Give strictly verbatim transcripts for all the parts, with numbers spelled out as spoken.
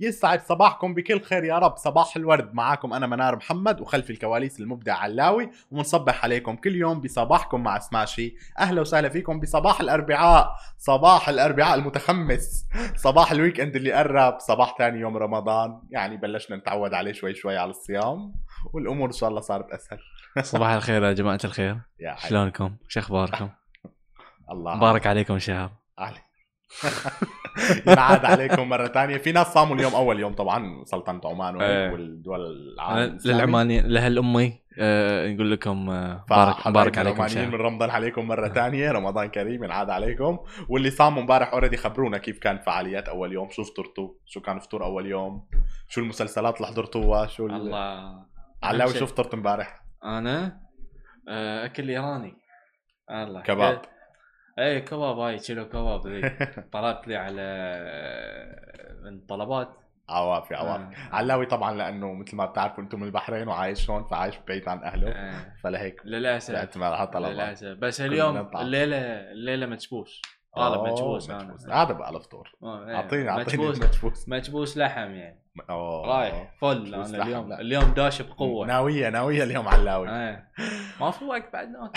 يسعد صباحكم بكل خير يا رب. صباح الورد، معاكم أنا منار محمد، وخلف الكواليس المبدع علاوي، ومنصبح عليكم كل يوم بصباحكم مع سماشي. أهلا وسهلا فيكم بصباح الأربعاء، صباح الأربعاء المتخمس، صباح الويك اند اللي قرب، صباح ثاني يوم رمضان. يعني بلشنا نتعود عليه شوي شوي على الصيام، والأمور إن شاء الله صارت أسهل. صباح الخير يا جماعة الخير، يا حي. شلونكم؟ شو أخباركم؟ الله مبارك عليكم شهر. علي. ينعاد عليكم مرة تانية. في ناس صاموا اليوم أول يوم طبعا، سلطنة عمان وهيك ايه. والدول العالم الإسلامي. للعمانيين لهالأمي آه نقول لكم آه مبارك مبارك عليكم شهر. من رمضان عليكم مرة آه. تانية، رمضان كريم، ينعاد عليكم. واللي صاموا امبارح اوريدي خبرونا كيف كان فعاليات أول يوم، شو فطرتوا، شو كان فطور أول يوم، شو المسلسلات اللي حضرتوها، شو ال... الله. علاوي شو فطرت امبارح؟ أنا آه أكل إيراني. الله كباب. ايه كباب، هاي كيلو كباب ذي. طلبت لي على من طلبات. عوافي عوافي. آه. علاوي طبعا لانه مثل ما بتعرفوا انتم من البحرين وعايش هون، فعايش بعيد عن اهله. آه. فلهيك للاسف اعتماد على طلبات. للاسف. بس اليوم الليله الليله متشبوس. طالب متشبوس انا. هذا بقى الفطور. اعطيني اعطيني متشبوس متشبوس لحم يعني. أوه. رايح فل انا لحم. اليوم لا. اليوم داش بقوه. ناويه ناويه اليوم علاوي. آه. ما في وقت بعد ناكل.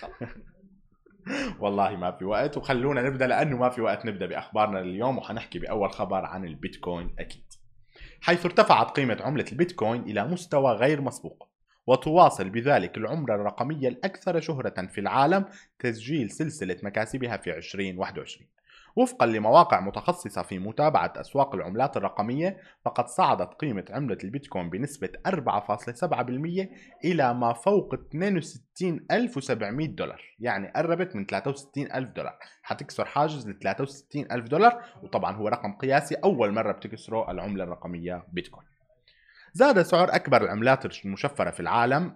والله ما في وقت، وخلونا نبدا لانه ما في وقت. نبدا باخبارنا اليوم، وحنحكي باول خبر عن البيتكوين اكيد، حيث ارتفعت قيمه عمله البيتكوين الى مستوى غير مسبوق، وتواصل بذلك العملة الرقمية الأكثر شهرة في العالم تسجيل سلسلة مكاسبها في عشرين واحد وعشرين. وفقا لمواقع متخصصة في متابعة أسواق العملات الرقمية، فقد صعدت قيمة عملة البيتكوين بنسبة أربعة فاصلة سبعة بالمئة إلى ما فوق اثنين وستين ألف وسبعمئة دولار، يعني قربت من ثلاثة وستين ألف دولار، حتكسر حاجز ل ثلاثة وستين ألف دولار، وطبعا هو رقم قياسي أول مرة بتكسره العملة الرقمية بيتكوين. زاد سعر أكبر العملات المشفرة في العالم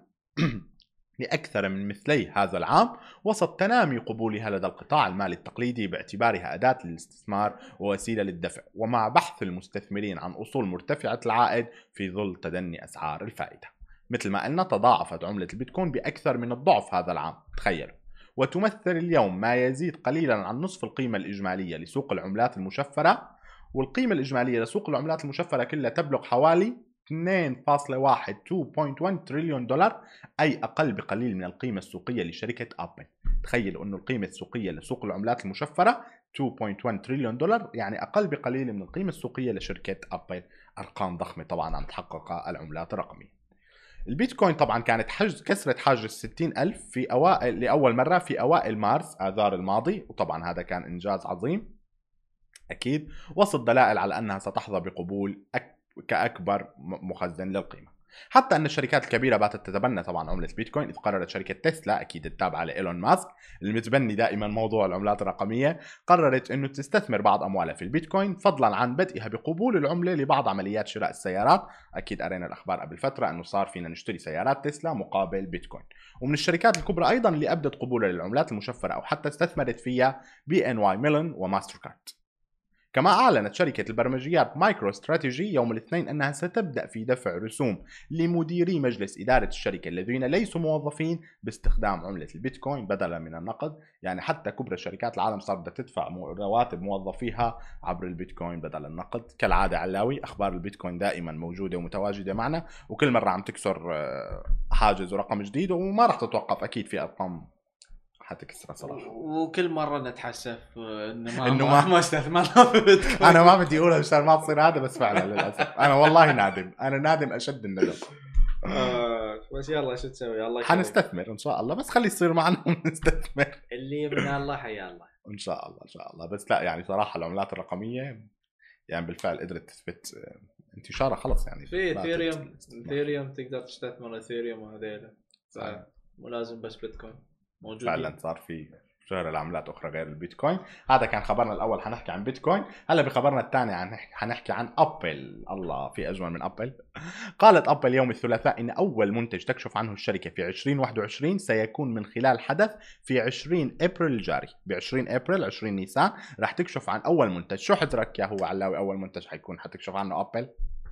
لأكثر من مثلي هذا العام، وسط تنامي قبولها لدى القطاع المالي التقليدي باعتبارها أداة للاستثمار ووسيلة للدفع، ومع بحث المستثمرين عن أصول مرتفعة العائد في ظل تدني أسعار الفائدة. مثل ما قلنا، تضاعفت عملة البيتكوين بأكثر من الضعف هذا العام، تخيلوا، وتمثل اليوم ما يزيد قليلا عن نصف القيمة الإجمالية لسوق العملات المشفرة، والقيمة الإجمالية لسوق العملات المشفرة كلها تبلغ حوالي اثنين فاصلة واحد تريليون دولار، أي أقل بقليل من القيمة السوقية لشركة أبل. تخيلوا أنه القيمة السوقية لسوق العملات المشفرة اثنين فاصلة واحد تريليون دولار، يعني أقل بقليل من القيمة السوقية لشركة أبل. أرقام ضخمة طبعا عم تحققها العملات الرقمية. البيتكوين طبعا كانت حجز كسرت حاجز ستين ألف في أوائل لأول مرة في أوائل مارس آذار الماضي، وطبعا هذا كان إنجاز عظيم أكيد، وسط دلائل على أنها ستحظى بقبول أك كأكبر مخزن للقيمة. حتى أن الشركات الكبيرة باتت تتبنى طبعا عملة بيتكوين، إذ قررت شركة تسلا، أكيد التابعة لإيلون ماسك المتبني دائما موضوع العملات الرقمية، قررت أنه تستثمر بعض أموالها في البيتكوين، فضلا عن بدئها بقبول العملة لبعض عمليات شراء السيارات. أكيد قرينا الأخبار قبل فترة أنه صار فينا نشتري سيارات تسلا مقابل بيتكوين. ومن الشركات الكبرى أيضا اللي أبدت قبولها للعملات المشفرة أو حتى استثمرت فيها بي إن واي ميلون وماستر كارد. كما أعلنت شركة البرمجيات مايكرو استراتيجي يوم الاثنين أنها ستبدأ في دفع رسوم لمديري مجلس إدارة الشركة الذين ليسوا موظفين باستخدام عملة البيتكوين بدلا من النقد. يعني حتى كبرى شركات العالم صارت تدفع رواتب موظفيها عبر البيتكوين بدل النقد. كالعادة علاوي، أخبار البيتكوين دائما موجودة ومتواجدة معنا، وكل مرة عم تكسر حاجز ورقم جديد، وما راح تتوقف. أكيد في أرقام حتكسر صراحة، وكل مرة نتحسف إنه ما إنه ما, ما استثمرنا في بيتكوين. أنا ما بدي أقولها مشان ما تصير هذا، بس فعلا للأسف أنا والله نادم، أنا نادم أشد الندم. آه بس يلا شو تسوي، الله حنستثمر إن شاء الله، بس خلي يصير معنا ونستثمر اللي من الله حيا الله إن شاء الله إن شاء الله. بس لا يعني صراحة العملات الرقمية يعني بالفعل قدرت تثبت انتشارها خلص. يعني في إثيريوم إثيريوم تقدر تستثمر إثيريوم وهذيله، مو لازم بس بيتكوين موجودين. فعلا صار في شهر العملات أخرى غير البيتكوين. هذا كان خبرنا الأول، حنحكي عن بيتكوين. هلا بخبرنا الثاني عن حنحكي عن أبل. الله، في أجمل من أبل. قالت أبل يوم الثلاثاء إن أول منتج تكشف عنه الشركة في عشرين واحد وعشرين سيكون من خلال حدث في عشرين أبريل الجاري. ب عشرين أبريل عشرين نيسان راح تكشف عن أول منتج. شو حضرك يا هو علاوي أول منتج حيكون حتكشف عنه أبل؟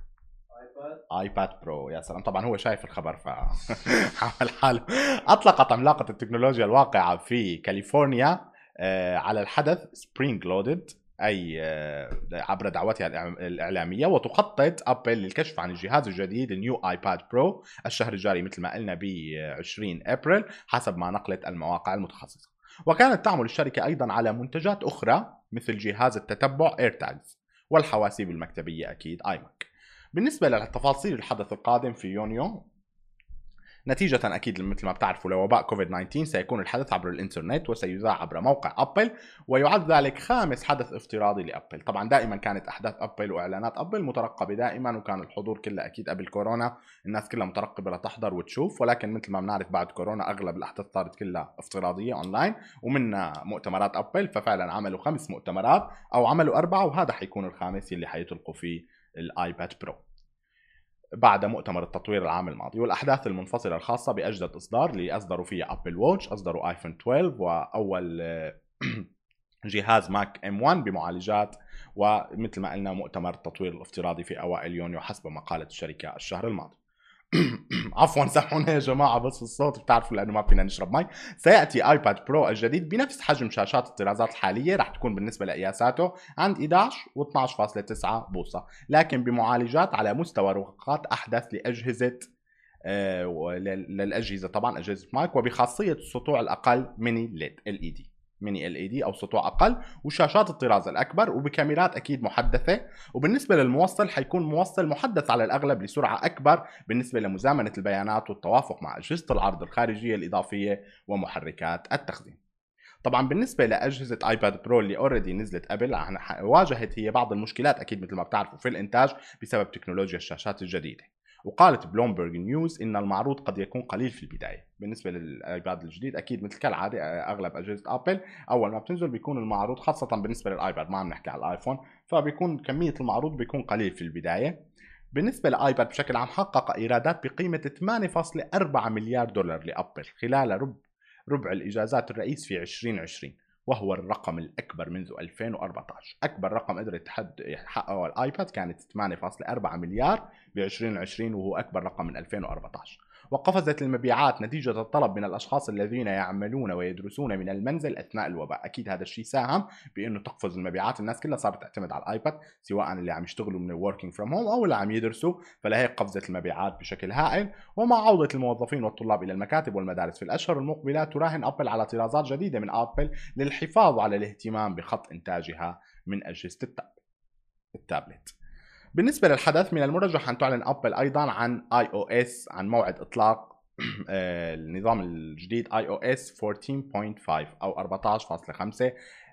ايباد برو. يا سلام، طبعا هو شايف الخبر فحاول حاله. اطلقت عملاقة التكنولوجيا الواقعة في كاليفورنيا على الحدث سبرينج لودد أي عبر دعوتها الإعلامية. وتخطط أبل للكشف عن الجهاز الجديد النيو آيباد برو الشهر الجاري مثل ما قلنا ب عشرين أبريل حسب ما نقلت المواقع المتخصصة. وكانت تعمل الشركة أيضا على منتجات أخرى مثل جهاز التتبع AirTags والحواسيب المكتبية أكيد آيماك. بالنسبة لتفاصيل الحدث القادم في يونيو، نتيجة أكيد مثل ما بتعرفوا لوباء كوفيد تسعة عشر سيكون الحدث عبر الإنترنت وسيذاع عبر موقع أبل، ويعد ذلك خامس حدث افتراضي لأبل. طبعا دائما كانت أحداث أبل وإعلانات أبل مترقبة دائما، وكان الحضور كله أكيد قبل كورونا الناس كلها مترقبة لتحضر وتشوف، ولكن مثل ما بنعرف بعد كورونا أغلب الأحداث صارت كلها افتراضية أونلاين ومنها مؤتمرات أبل. ففعلا عملوا خمس مؤتمرات أو عملوا أربعة، وهذا حيكون الخامس اللي حيطلقوا فيه الآيباد برو بعد مؤتمر التطوير العام الماضي. والأحداث المنفصلة الخاصة بأجدد إصدار اللي أصدروا فيها أبل ووتش، أصدروا آيفون اثناشر وأول جهاز ماك ام واحد بمعالجات، ومثل ما قلنا مؤتمر التطوير الافتراضي في أوائل يونيو حسب ما قالت الشركة الشهر الماضي. عفوا سامحونا يا جماعة بس الصوت بتعرفوا لأنه ما فينا نشرب مي. سيأتي آيباد برو الجديد بنفس حجم شاشات الطرازات الحالية، راح تكون بالنسبة لقياساته عند إحدى عشر واثناشر فاصلة تسعة بوصة، لكن بمعالجات على مستوى رقاقات أحدث لأجهزة آه للأجهزة طبعا أجهزة ماك، وبخاصية السطوع الأقل ميني ليد ال اي دي ميني ال اي دي او سطوع اقل، وشاشات الطراز الاكبر، وبكاميرات اكيد محدثه. وبالنسبه للموصل حيكون موصل محدث على الاغلب لسرعه اكبر بالنسبه لمزامنه البيانات والتوافق مع اجهزه العرض الخارجيه الاضافيه ومحركات التخزين. طبعا بالنسبه لاجهزه ايباد برو اللي اوريدي نزلت قبل، واجهت هي بعض المشكلات اكيد مثل ما بتعرفوا في الانتاج بسبب تكنولوجيا الشاشات الجديده. وقالت بلومبرج نيوز ان المعروض قد يكون قليل في البدايه. بالنسبه للايباد الجديد اكيد مثل كالعاده اغلب اجهزه ابل اول ما بتنزل بيكون المعروض، خاصه بالنسبه للايباد ما عم نحكي على الايفون، فبيكون كميه المعروض بيكون قليل في البدايه. بالنسبه لايباد بشكل عام حقق ايرادات بقيمه ثمانية فاصلة أربعة مليار دولار لابل خلال ربع ربع الاجازات الرئيس في عشرين عشرين، وهو الرقم الأكبر منذ ألفين وأربعة عشر. أكبر رقم قدرت يحققه الآيباد كانت ثمانية فاصلة أربعة مليار ب عشرين عشرين، وهو أكبر رقم من ألفين وأربعة عشر. وقفزت المبيعات نتيجة الطلب من الأشخاص الذين يعملون ويدرسون من المنزل أثناء الوباء. أكيد هذا الشيء ساهم بأنه تقفز المبيعات، الناس كلها صارت تعتمد على الآيباد سواء اللي عم يشتغلوا من الوركينج فروم هوم أو اللي عم يدرسوا، فلهيك قفزت المبيعات بشكل هائل. ومع عودة الموظفين والطلاب إلى المكاتب والمدارس في الأشهر المقبلة تراهن أبل على طرازات جديدة من أبل للحفاظ على الاهتمام بخط إنتاجها من أجهزة التابلت. بالنسبة للحدث من المرجح أن تعلن أبل أيضا عن آي أو إس عن موعد إطلاق النظام الجديد آي أو إس أربعة عشر فاصلة خمسة أو أربعة عشر فاصلة خمسة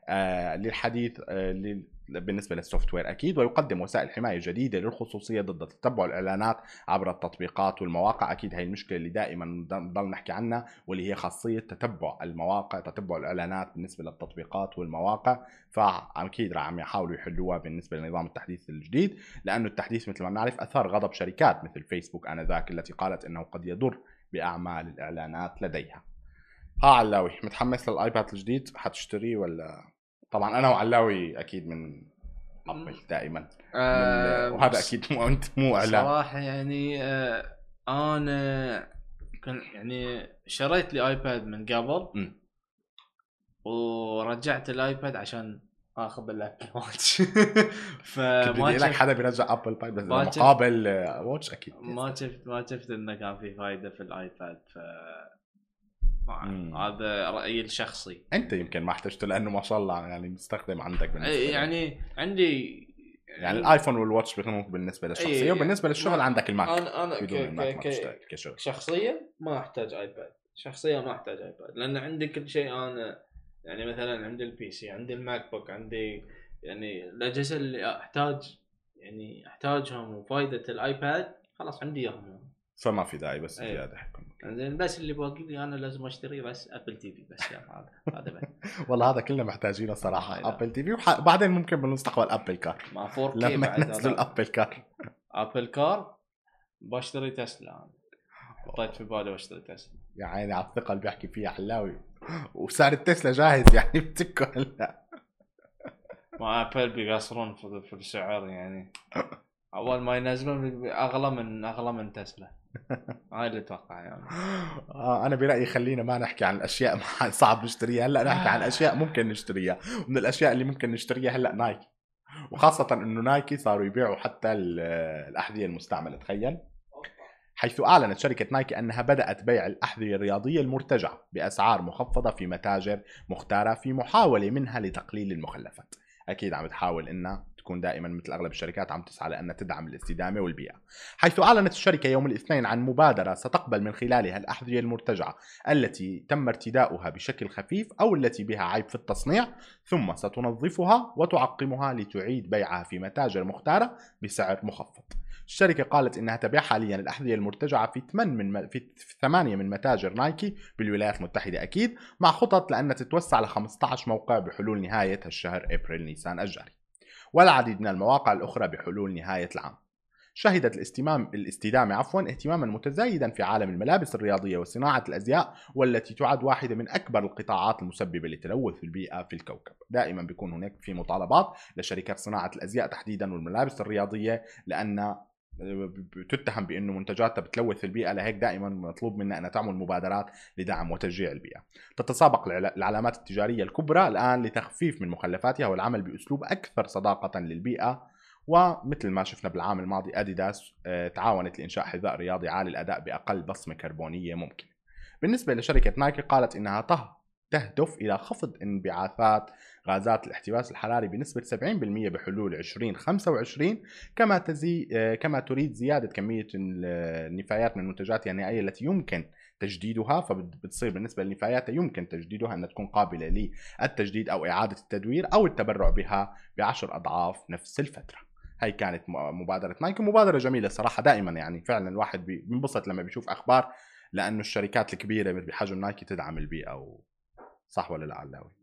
للحديث بالنسبة للسوفت وير أكيد، ويقدم وسائل حماية جديدة للخصوصية ضد تتبع الإعلانات عبر التطبيقات والمواقع. أكيد هي المشكلة اللي دائما نضل نحكي عنها، واللي هي خاصية تتبع المواقع، تتبع الإعلانات بالنسبة للتطبيقات والمواقع. فأكيد راح عم يحاولوا يحلوها بالنسبة لنظام التحديث الجديد، لأنه التحديث مثل ما بنعرف أثار غضب شركات مثل فيسبوك آنذاك التي قالت أنه قد يضر بأعمال الإعلانات لديها. ها علاوي متحمس للآيباد الجديد حتشتريه ولا؟ طبعا انا وعلاوي اكيد من ابل دائما آه وهذا اكيد مو انت مو اعلان صراحه يعني آه انا كان يعني شريت لي ايباد من قبل م. ورجعت الايباد عشان اخذ الابل واتش. فما لك حدا بيرجع ابل باي بس مقابل واتش اكيد ما شفت ما شفت انه كان في فايده في الايباد. ف هذا رأيي الشخصي. انت يمكن ما احتجته لانه ما شاء الله يعني مستخدم عندك بالنسبه يعني لي. عندي يعني, يعني الايفون والواتش بيخدموك بالنسبه للشخصيه يعني وبالنسبه للشغل ما عندك الماك. انا انا ك... ك... كشغل شخصيا ما احتاج ايباد، شخصيا ما احتاج ايباد لان عندي كل شيء. انا يعني مثلا عندي البي سي، عندي الماك بوك، عندي يعني الاجهزه اللي احتاج يعني احتاجهم، وفائده الايباد خلاص عندي اياهم، فما في داعي بس زياده حكم. زين بس اللي باقي لي انا لازم اشتري بس ابل تي في بس. يعني هذا هذا بس. والله هذا كلنا محتاجينه صراحه ابل تي في، وبعدين ممكن بالمستقبل ابل كار مع فور كي لما ينزلوا الابل كار. ابل كار بشتري تسلا. انا حطيت في بالي بشتري تسلا. يا عيني على الثقه اللي بيحكي فيها حلاوي، وسعر التسلا جاهز يعني بتكو هلا. ما ابل بيقصرون في السعر يعني، اول ما ينزلون اغلى من اغلى من تسلا. هاي اللي اتوقع يعني. آه انا برايي خلينا ما نحكي عن الاشياء صعب نشتريها هلا، نحكي عن اشياء ممكن نشتريها. ومن الاشياء اللي ممكن نشتريها هلا نايكي، وخاصه انه نايكي صاروا يبيعوا حتى الاحذيه المستعمله. تخيل، حيث أعلنت شركة نايكي أنها بدأت بيع الأحذية الرياضية المرتجعة بأسعار مخفضة في متاجر مختارة في محاولة منها لتقليل المخلفات. أكيد عم تحاول إنها تكون دائما مثل أغلب الشركات عم تسعى لأن تدعم الاستدامة والبيئة. حيث أعلنت الشركة يوم الاثنين عن مبادرة ستقبل من خلالها الأحذية المرتجعة التي تم ارتداؤها بشكل خفيف أو التي بها عيب في التصنيع، ثم ستنظفها وتعقمها لتعيد بيعها في متاجر مختارة بسعر مخفض. الشركة قالت إنها تبيع حاليا الأحذية المرتجعة في ثمان من في ثمانية من متاجر نايكي بالولايات المتحدة، أكيد مع خطط لأن تتوسع ل خمسة عشر موقع بحلول نهاية الشهر أبريل نيسان الجاري، والعديد من المواقع الأخرى بحلول نهاية العام. شهدت الاستمام الاستدامة عفوا اهتماما متزايدا في عالم الملابس الرياضية وصناعة الأزياء، والتي تعد واحدة من أكبر القطاعات المسببة لتلوث البيئة في الكوكب. دائما بيكون هناك في مطالبات لشركات صناعة الأزياء تحديدا والملابس الرياضية، لأن بتتهم بانه منتجاتها بتلوث البيئه، لهيك دائما مطلوب منا ان تعمل مبادرات لدعم وتشجيع البيئه. تتسابق العلامات التجاريه الكبرى الان لتخفيف من مخلفاتها والعمل باسلوب اكثر صداقه للبيئه. ومثل ما شفنا بالعام الماضي اديداس تعاونت لانشاء حذاء رياضي عالي الاداء باقل بصمه كربونيه ممكنه. بالنسبه لشركه نايكي قالت انها تهدف إلى خفض انبعاثات غازات الاحتباس الحراري بنسبة سبعين بالمئة بحلول عشرين خمسة وعشرين، كما تزي كما تريد زيادة كمية النفايات من منتجاتها النهائية التي يمكن تجديدها. فبتصير بالنسبة للنفايات يمكن تجديدها أن تكون قابلة للتجديد أو إعادة التدوير أو التبرع بها بعشر أضعاف نفس الفترة. هاي كانت مبادرة نايكي، مبادرة جميلة صراحة. دائما يعني فعلا الواحد بينبسط لما بيشوف أخبار، لأنه الشركات الكبيرة بحجم نايكي تدعم البيئة و... صح ولا لا علاوي؟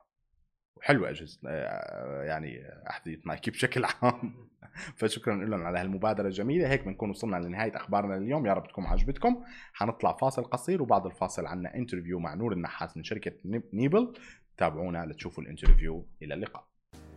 وحلوة أجهزة يعني أحذية نايكي بشكل عام. فشكرا لهم على هالمبادرة الجميلة. هيك بنكون وصلنا لنهاية أخبارنا اليوم، يا رب تكون عجبتكم. حنطلع فاصل قصير وبعد الفاصل عنا انترفيو مع نور النحاس من شركة نيبل. تابعونا لتشوفوا الانترفيو. إلى اللقاء.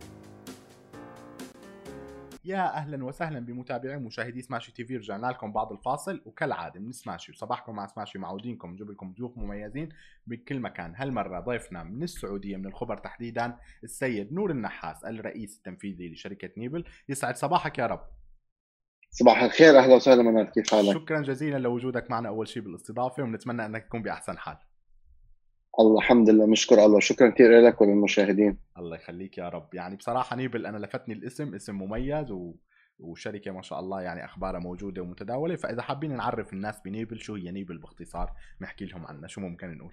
يا اهلا وسهلا بمتابعي ومشاهدي سماشي تي في. رجعنا لكم بعد الفاصل، وكالعاده من سماشي وصباحكم مع سماشي معودينكم نجيب لكم ضيوف مميزين بكل مكان. هالمره ضيفنا من السعوديه من الخبر تحديدا السيد نور النحاس الرئيس التنفيذي لشركه نيبل. يسعد صباحك يا رب. صباح الخير، اهلا وسهلا منال، كيف حالك؟ شكرا جزيلا لوجودك معنا اول شيء بالاستضافه، ونتمنى انك تكون باحسن حال. الله الحمد لله، نشكر الله. شكرا كثير لك وللمشاهدين. الله يخليك يا رب. يعني بصراحه نيبل انا لفتني الاسم، اسم مميز و... وشركه ما شاء الله يعني اخبارها موجوده ومتداوله. فاذا حابين نعرف الناس بنيبل، شو هي نيبل باختصار، نحكي لهم عنها، شو ممكن نقول؟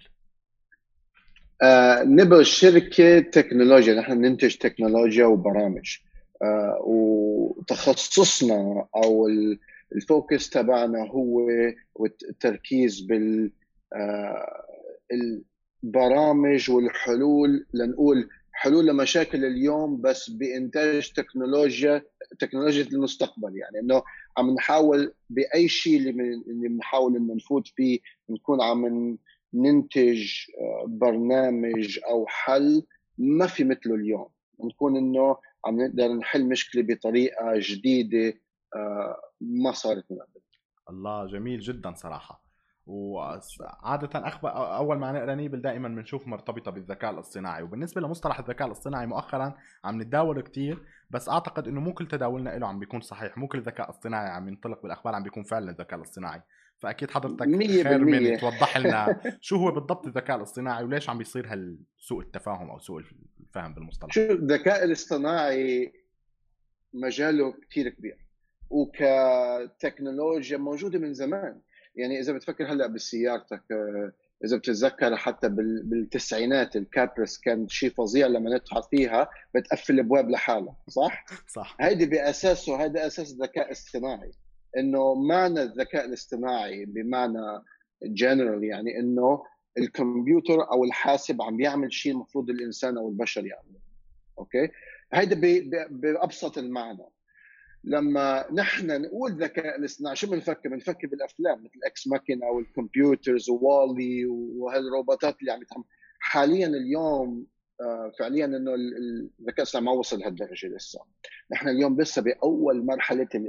آه نيبل شركه تكنولوجيا، نحن ننتج تكنولوجيا وبرامج. آه وتخصصنا او الفوكس تبعنا هو التركيز بال آه البرامج والحلول، لنقول حلول لمشاكل اليوم بس بإنتاج تكنولوجيا تكنولوجيا المستقبل. يعني انه عم نحاول باي شيء اللي اللي بنحاول انه نفوت فيه نكون عم ننتج برنامج او حل ما في مثله اليوم، نكون انه عم نقدر نحل مشكله بطريقه جديده ما صارت من قبل. الله جميل جدا صراحه. وعادة أخبر أول ما نقرأ نيبل دائما بنشوف مرتبطة بالذكاء الاصطناعي. وبالنسبة لمصطلح الذكاء الاصطناعي مؤخرا عم نتداول كتير، بس أعتقد إنه مو كل تداولنا له عم بيكون صحيح، مو كل الذكاء الاصطناعي عم ينطلق بالأخبار عم بيكون فعلا الذكاء الاصطناعي. فأكيد حضرتك خير من توضح لنا شو هو بالضبط الذكاء الاصطناعي وليش عم بيصير هالسوء التفاهم أو سوء الفهم بالمصطلح. شو الذكاء الاصطناعي مجاله كتير كبير، وكتكنولوجيا موجودة من زمان. يعني إذا بتفكر هلأ بسيارتك، إذا بتتذكر حتى بالتسعينات الكابرس كان شيء فظيع، لما ندخل فيها بتقفل الأبواب لحالها، صح؟ صح. هيدي بأساسه هذا أساس الذكاء الاصطناعي. إنه معنى الذكاء الاصطناعي بمعنى جنرال يعني إنه الكمبيوتر أو الحاسب عم بيعمل شيء المفروض الإنسان أو البشر يعمله. أوكي؟ هيدا بأبسط المعنى. لما نحن نقول ذكاء الاصطناعي شو بنفكر؟ بنفكر بالافلام مثل اكس ماكينه او الكمبيوترز ووالي وهالروبوتات اللي عم يتعمل حاليا. اليوم فعليا انه الذكاء الاصطناعي ما وصل لهالدرجه لسه. نحن اليوم لسه باول مرحله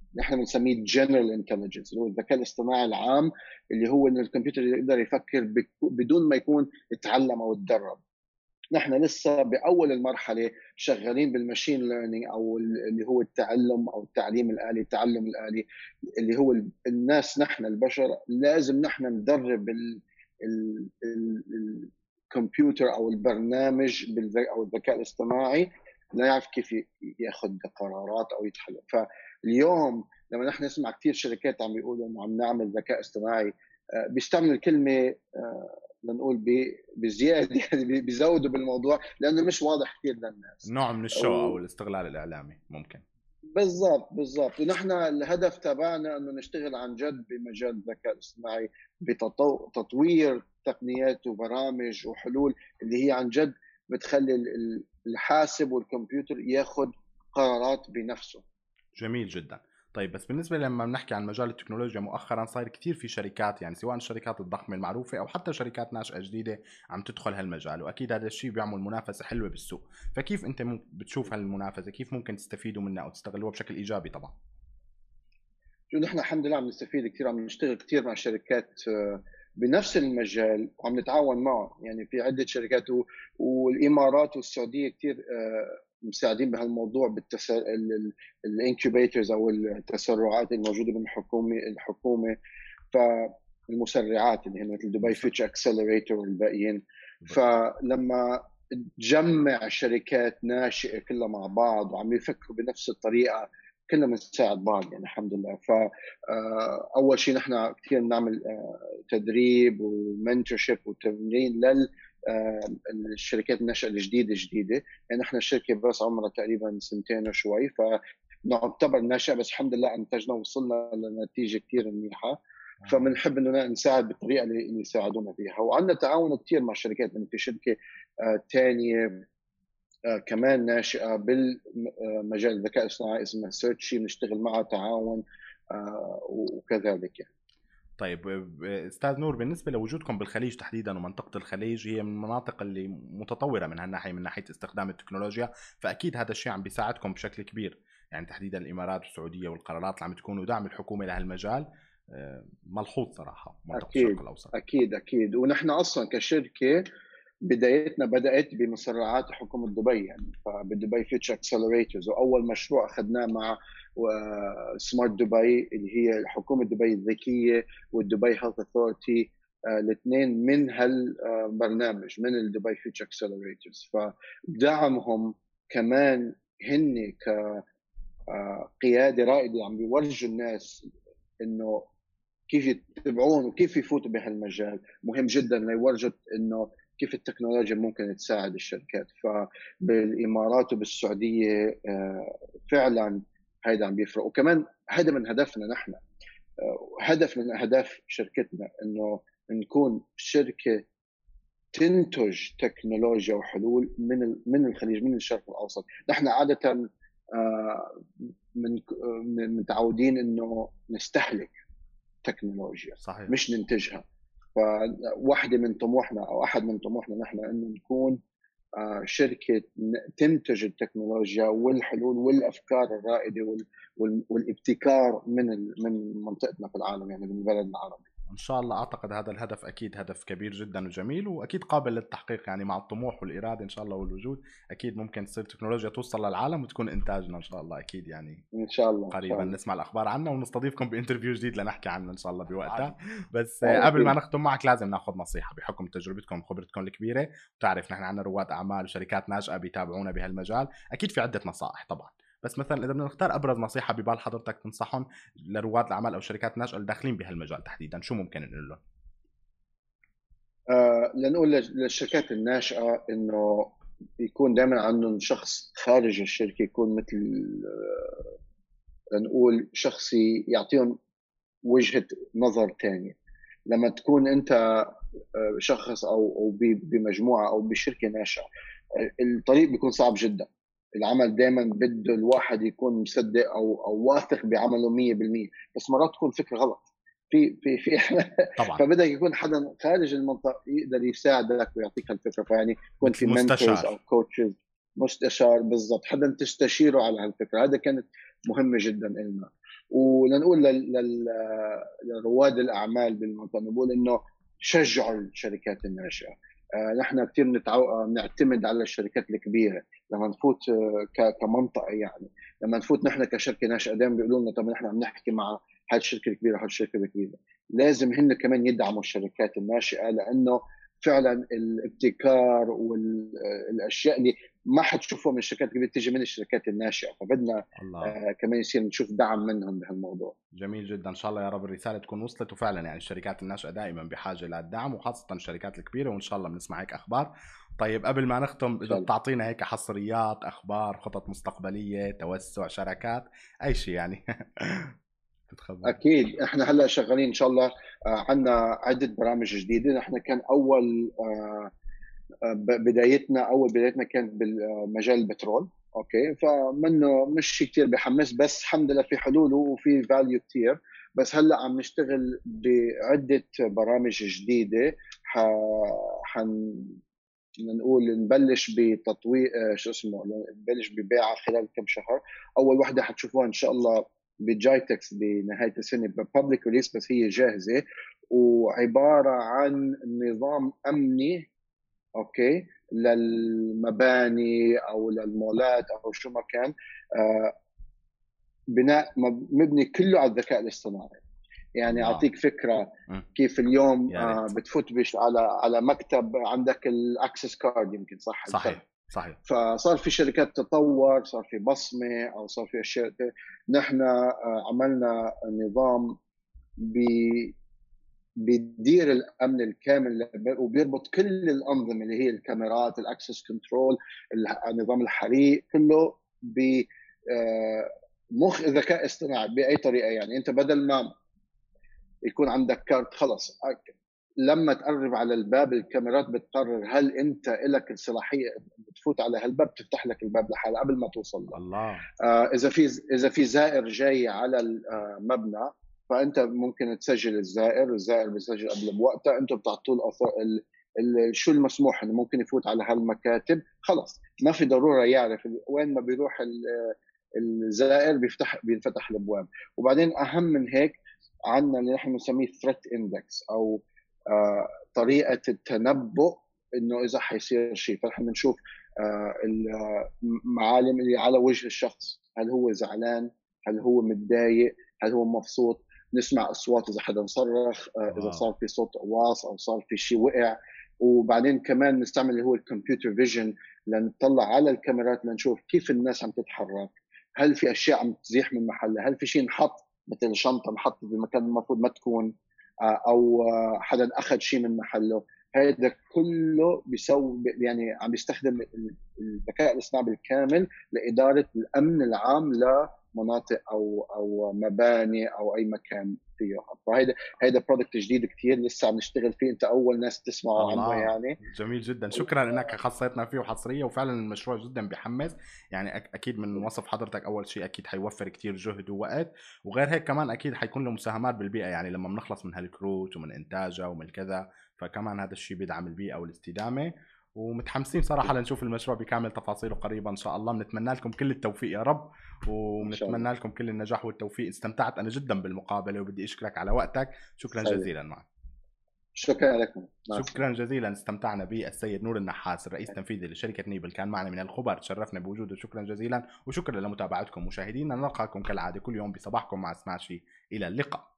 نحن بنسميه جنرال انتليجنس، اللي هو الذكاء الاصطناعي العام، اللي هو ان الكمبيوتر يقدر يفكر بدون ما يكون اتعلم او اتدرب. نحن لسه باول المرحله شغالين بالماشين ليرنينج او اللي هو التعلم او التعليم الالي، التعلم الالي اللي هو الناس نحن البشر لازم نحن ندرب الكمبيوتر او البرنامج او الذكاء الاصطناعي لا يعرف كيف ياخذ قرارات او يتحلم. فاليوم لما نحن نسمع كثير شركات عم بيقولوا انه عم نعمل ذكاء اصطناعي، بيستعملوا الكلمه لنقول بزياده، يعني بيزودوا بالموضوع لانه مش واضح كثير للناس، نوع من الشو او, أو الاستغلال الاعلامي ممكن. بالضبط بالضبط. ونحن الهدف تبعنا انه نشتغل عن جد بمجال الذكاء الاصطناعي بتطوير تقنيات وبرامج وحلول اللي هي عن جد بتخلي الحاسب والكمبيوتر ياخذ قرارات بنفسه. جميل جدا. طيب بس بالنسبة لما بنحكي عن مجال التكنولوجيا مؤخرا صاير كتير في شركات، يعني سواء الشركات الضخمة المعروفة أو حتى شركات ناشئة جديدة عم تدخل هالمجال، وأكيد هذا الشيء بيعمل منافسة حلوة بالسوق. فكيف أنت بتشوف هالمنافسة؟ كيف ممكن تستفيدوا منها أو تستغلوها بشكل إيجابي؟ طبعا شو نحن الحمد لله عم نستفيد كثير، عم نشتغل كثير مع شركات بنفس المجال وعم نتعاون معه. يعني في عدة شركات والإمارات والسعودية كثير مساعدين بهالموضوع بالتسر... الانكوبيترز او التسرعات الموجوده بالحكومه الحكومه فالمسرعات اللي هي مثل دبي فيتش اكسلريتور والباقيين. فلما تجمع شركات ناشئه كلها مع بعض وعم يفكروا بنفس الطريقه كلنا بنساعد بعض يعني الحمد لله. فاول شيء نحن كثير بنعمل تدريب ومنتورشيب وتمرين لل الشركات الناشئه الجديده جديده. يعني احنا الشركه بس عمرها تقريبا سنتين وشوي، فنعتبر ناشئه بس الحمد لله انتجنا وصلنا لنتيجه كثير منيحه. فبنحب انه نساعد بالطريقه اللي يساعدونا فيها. وعندنا تعاون كثير مع الشركات، يعني في شركه ثانيه كمان ناشئه بالمجال الذكاء الاصطناعي اسمها سيرتشي، بنشتغل معها تعاون وكذلك يعني. طيب استاذ نور، بالنسبه لوجودكم بالخليج تحديدا ومنطقه الخليج هي من المناطق اللي متطوره من هالناحيه من ناحيه استخدام التكنولوجيا، فاكيد هذا الشيء عم بيساعدكم بشكل كبير، يعني تحديدا الامارات والسعوديه والقرارات اللي عم تكون ودعم الحكومه لهالمجال ملحوظ صراحه منطقه الشرق الاوسط. اكيد اكيد. ونحن اصلا كشركه بدايتنا بدات بمسرعات حكومه دبي، يعني فبدبي فيتش اكسلريتورز، واول مشروع اخذناه مع سمارت دبي اللي هي حكومه دبي الذكيه والدبي هيلث اثورتي، الاثنين من هالبرنامج من الدبي فيتش اكسلريتورز. فدعمهم كمان هن كقياده رائده عم بيورجوا الناس انه كيف يتبعون وكيف يفوتوا بهالمجال. مهم جدا ليورجوا انه كيف التكنولوجيا ممكن تساعد الشركات. فبالامارات وبالسعوديه فعلا هيدا عم بيفرق. وكمان هذا من هدفنا نحن، هدف من اهداف شركتنا انه نكون شركه تنتج تكنولوجيا وحلول من من الخليج، من الشرق الاوسط. نحن عاده من متعودين انه نستهلك تكنولوجيا صحيح. مش ننتجها. فواحدة من طموحنا أو أحد من طموحنا نحن أنه نكون شركة تنتج التكنولوجيا والحلول والأفكار الرائدة والابتكار من من منطقتنا في العالم، يعني من البلد العربي. ان شاء الله. اعتقد هذا الهدف اكيد هدف كبير جدا وجميل واكيد قابل للتحقيق، يعني مع الطموح والاراده ان شاء الله والوجود اكيد ممكن تصير تكنولوجيا توصل للعالم وتكون انتاجنا ان شاء الله اكيد. يعني ان شاء الله قريبا شاء الله. نسمع الاخبار عنه ونستضيفكم بانترفيو جديد لنحكي عنه ان شاء الله بوقتها. بس قبل ما نختم معك لازم ناخذ نصيحه بحكم تجربتكم وخبرتكم الكبيره، وتعرف نحن عندنا رواد اعمال وشركات ناشئه بيتابعونا بهالمجال، اكيد في عده نصائح طبعا. بس مثلا اذا بدنا نختار ابرز نصيحه ببال حضرتك تنصحهم لرواد الاعمال او شركات ناشئه الداخلين بهالمجال تحديدا، شو ممكن نقول لهم؟ آه لنقول للشركات الناشئه انه يكون دائما عندهم شخص خارج الشركه، يكون مثل آه لنقول شخصي يعطيهم وجهه نظر ثانيه. لما تكون انت آه شخص او او بمجموعه او بشركه ناشئه، الطريق بيكون صعب جدا. العمل دائما بده الواحد يكون مصدق او او واثق بعمله مية بالمية، بس مرات تكون فكره غلط في في في طبعا. فبدك يكون حدا خارج المنطقه يقدر يساعدك ويعطيك الفكره. فيعني يكون في منتورز او كوتشز مستشار بالضبط، حدا تستشيره على هالفكره. هذا كانت مهمه جدا لنا. ولنقول لرواد الاعمال بالمنطقه، نقول انه شجعوا الشركات الناشئه. آه نحن كثير نعتمد على الشركات الكبيره لما نفوت كمنطقه، يعني لما نفوت نحن كشركه ناشئه دائما بيقولوا لنا طب نحن عم نحكي مع هاي الشركه الكبيره وهاي الشركه الكبيره. لازم هن كمان يدعموا الشركات الناشئه، لانه فعلا الابتكار والاشياء اللي ما حتشوفها من الشركات الكبيره تيجي من الشركات الناشئه، فبدنا آه كمان يصير نشوف دعم منهم بهالموضوع. جميل جدا، ان شاء الله يا رب الرساله تكون وصلت. وفعلا يعني الشركات الناشئه دائما بحاجه للدعم، وخاصه الشركات الكبيره، وان شاء الله بنسمع هيك اخبار. طيب قبل ما نختم اذا بتعطينا هيك حصريات، اخبار، خطط مستقبليه، توسع شركات، اي شيء يعني. تتخبر. اكيد احنا هلا شغالين ان شاء الله، عندنا عده برامج جديده. نحن كان اول بدايتنا اول بدايتنا كانت بالمجال البترول، اوكي، فمنه مش شيء كثير بحمس، بس الحمد لله في حلول وفي فاليو كثير. بس هلا عم نشتغل بعده برامج جديده، ح حن نقول نبلش بتطوير شو اسمه نبلش ببيعها خلال كم شهر. اول وحده حتشوفوها ان شاء الله بجايتكس بنهايه السنه ببابليك ريليس، بس هي جاهزه وعباره عن نظام امني اوكي للمباني او للمولات او شو ما كان، آه بناء مبني كله على الذكاء الاصطناعي. يعني اعطيك فكره كيف اليوم آه بتفوت بش على على مكتب عندك الاكسس كارد يمكن، صح؟ صحيح صحيح. فصار في شركات تطور، صار في بصمه او صار في اشياء. نحن آه عملنا نظام بي بيدير الامن الكامل وبيربط كل الانظمه اللي هي الكاميرات، الاكسس كنترول، نظام الحريق، كله ب مخ ذكاء اصطناعي باي طريقه. يعني انت بدل ما يكون عندك كارت خلص، لما تقرب على الباب الكاميرات بتقرر هل انت لك الصلاحيه بتفوت على هالباب، تفتح لك الباب لحالها قبل ما توصل له. الله. آه اذا في اذا في زائر جاي على المبنى، فانت ممكن تسجل الزائر، الزائر بيسجل قبل بوقتها، انتم بتعطوه ال ال شو المسموح انه ممكن يفوت على هالمكاتب، خلص ما في ضروره يعرف وين ما بيروح الزائر بيفتح بينفتح الابواب. وبعدين اهم من هيك عندنا اللي نحن بنسميه ثريت اندكس، او آه طريقه التنبؤ انه اذا حيصير شيء. فنحن بنشوف آه المعالم اللي على وجه الشخص، هل هو زعلان، هل هو متضايق، هل هو مبسوط. نسمع اصوات اذا حدا صرخ، آه اذا صار في صوت قواص او صار في شيء وقع. وبعدين كمان نستعمل اللي هو الكمبيوتر فيجن لنطلع على الكاميرات لنشوف كيف الناس عم تتحرك، هل في اشياء عم تزيح من محلها، هل في شيء انحط مثل شنطه انحطت بمكان المفروض ما تكون، او حدا اخذ شيء من محله. هذا كله بيسوي يعني عم بيستخدم الذكاء الاصطناعي بالكامل لاداره الامن العام لمناطق او او مباني او اي مكان فيها. فهيدا هيدا برودكت جديد كثير لسه عم نشتغل فيه، انت اول ناس تسمعوا عنه يعني. جميل جدا، شكرا انك خصيتنا فيه وحصريه، وفعلا المشروع جدا بيحمس. يعني اكيد من وصف حضرتك اول شيء اكيد حيوفر كتير جهد ووقت، وغير هيك كمان اكيد حيكون له مساهمات بالبيئه، يعني لما بنخلص من هالكروت ومن انتاجها ومن كذا، فكمان هذا الشيء بيدعم البيئه والاستدامه. ومتحمسين صراحه لنشوف المشروع بكامل تفاصيله قريبا ان شاء الله. بنتمنى لكم كل التوفيق يا رب، ونتمنى لكم كل النجاح والتوفيق. استمتعت انا جدا بالمقابله، وبدي اشكرك على وقتك. شكرا سيد. جزيلا معك. شكرا لكم. شكرا جزيلا. استمتعنا بالسيد نور النحاس، الرئيس التنفيذي لشركه نيبل، كان معنا من الخبر، تشرفنا بوجوده. شكرا جزيلا، وشكرا لمتابعتكم مشاهدينا. نلقاكم كالعاده كل يوم بصباحكم مع سماشي. الى اللقاء.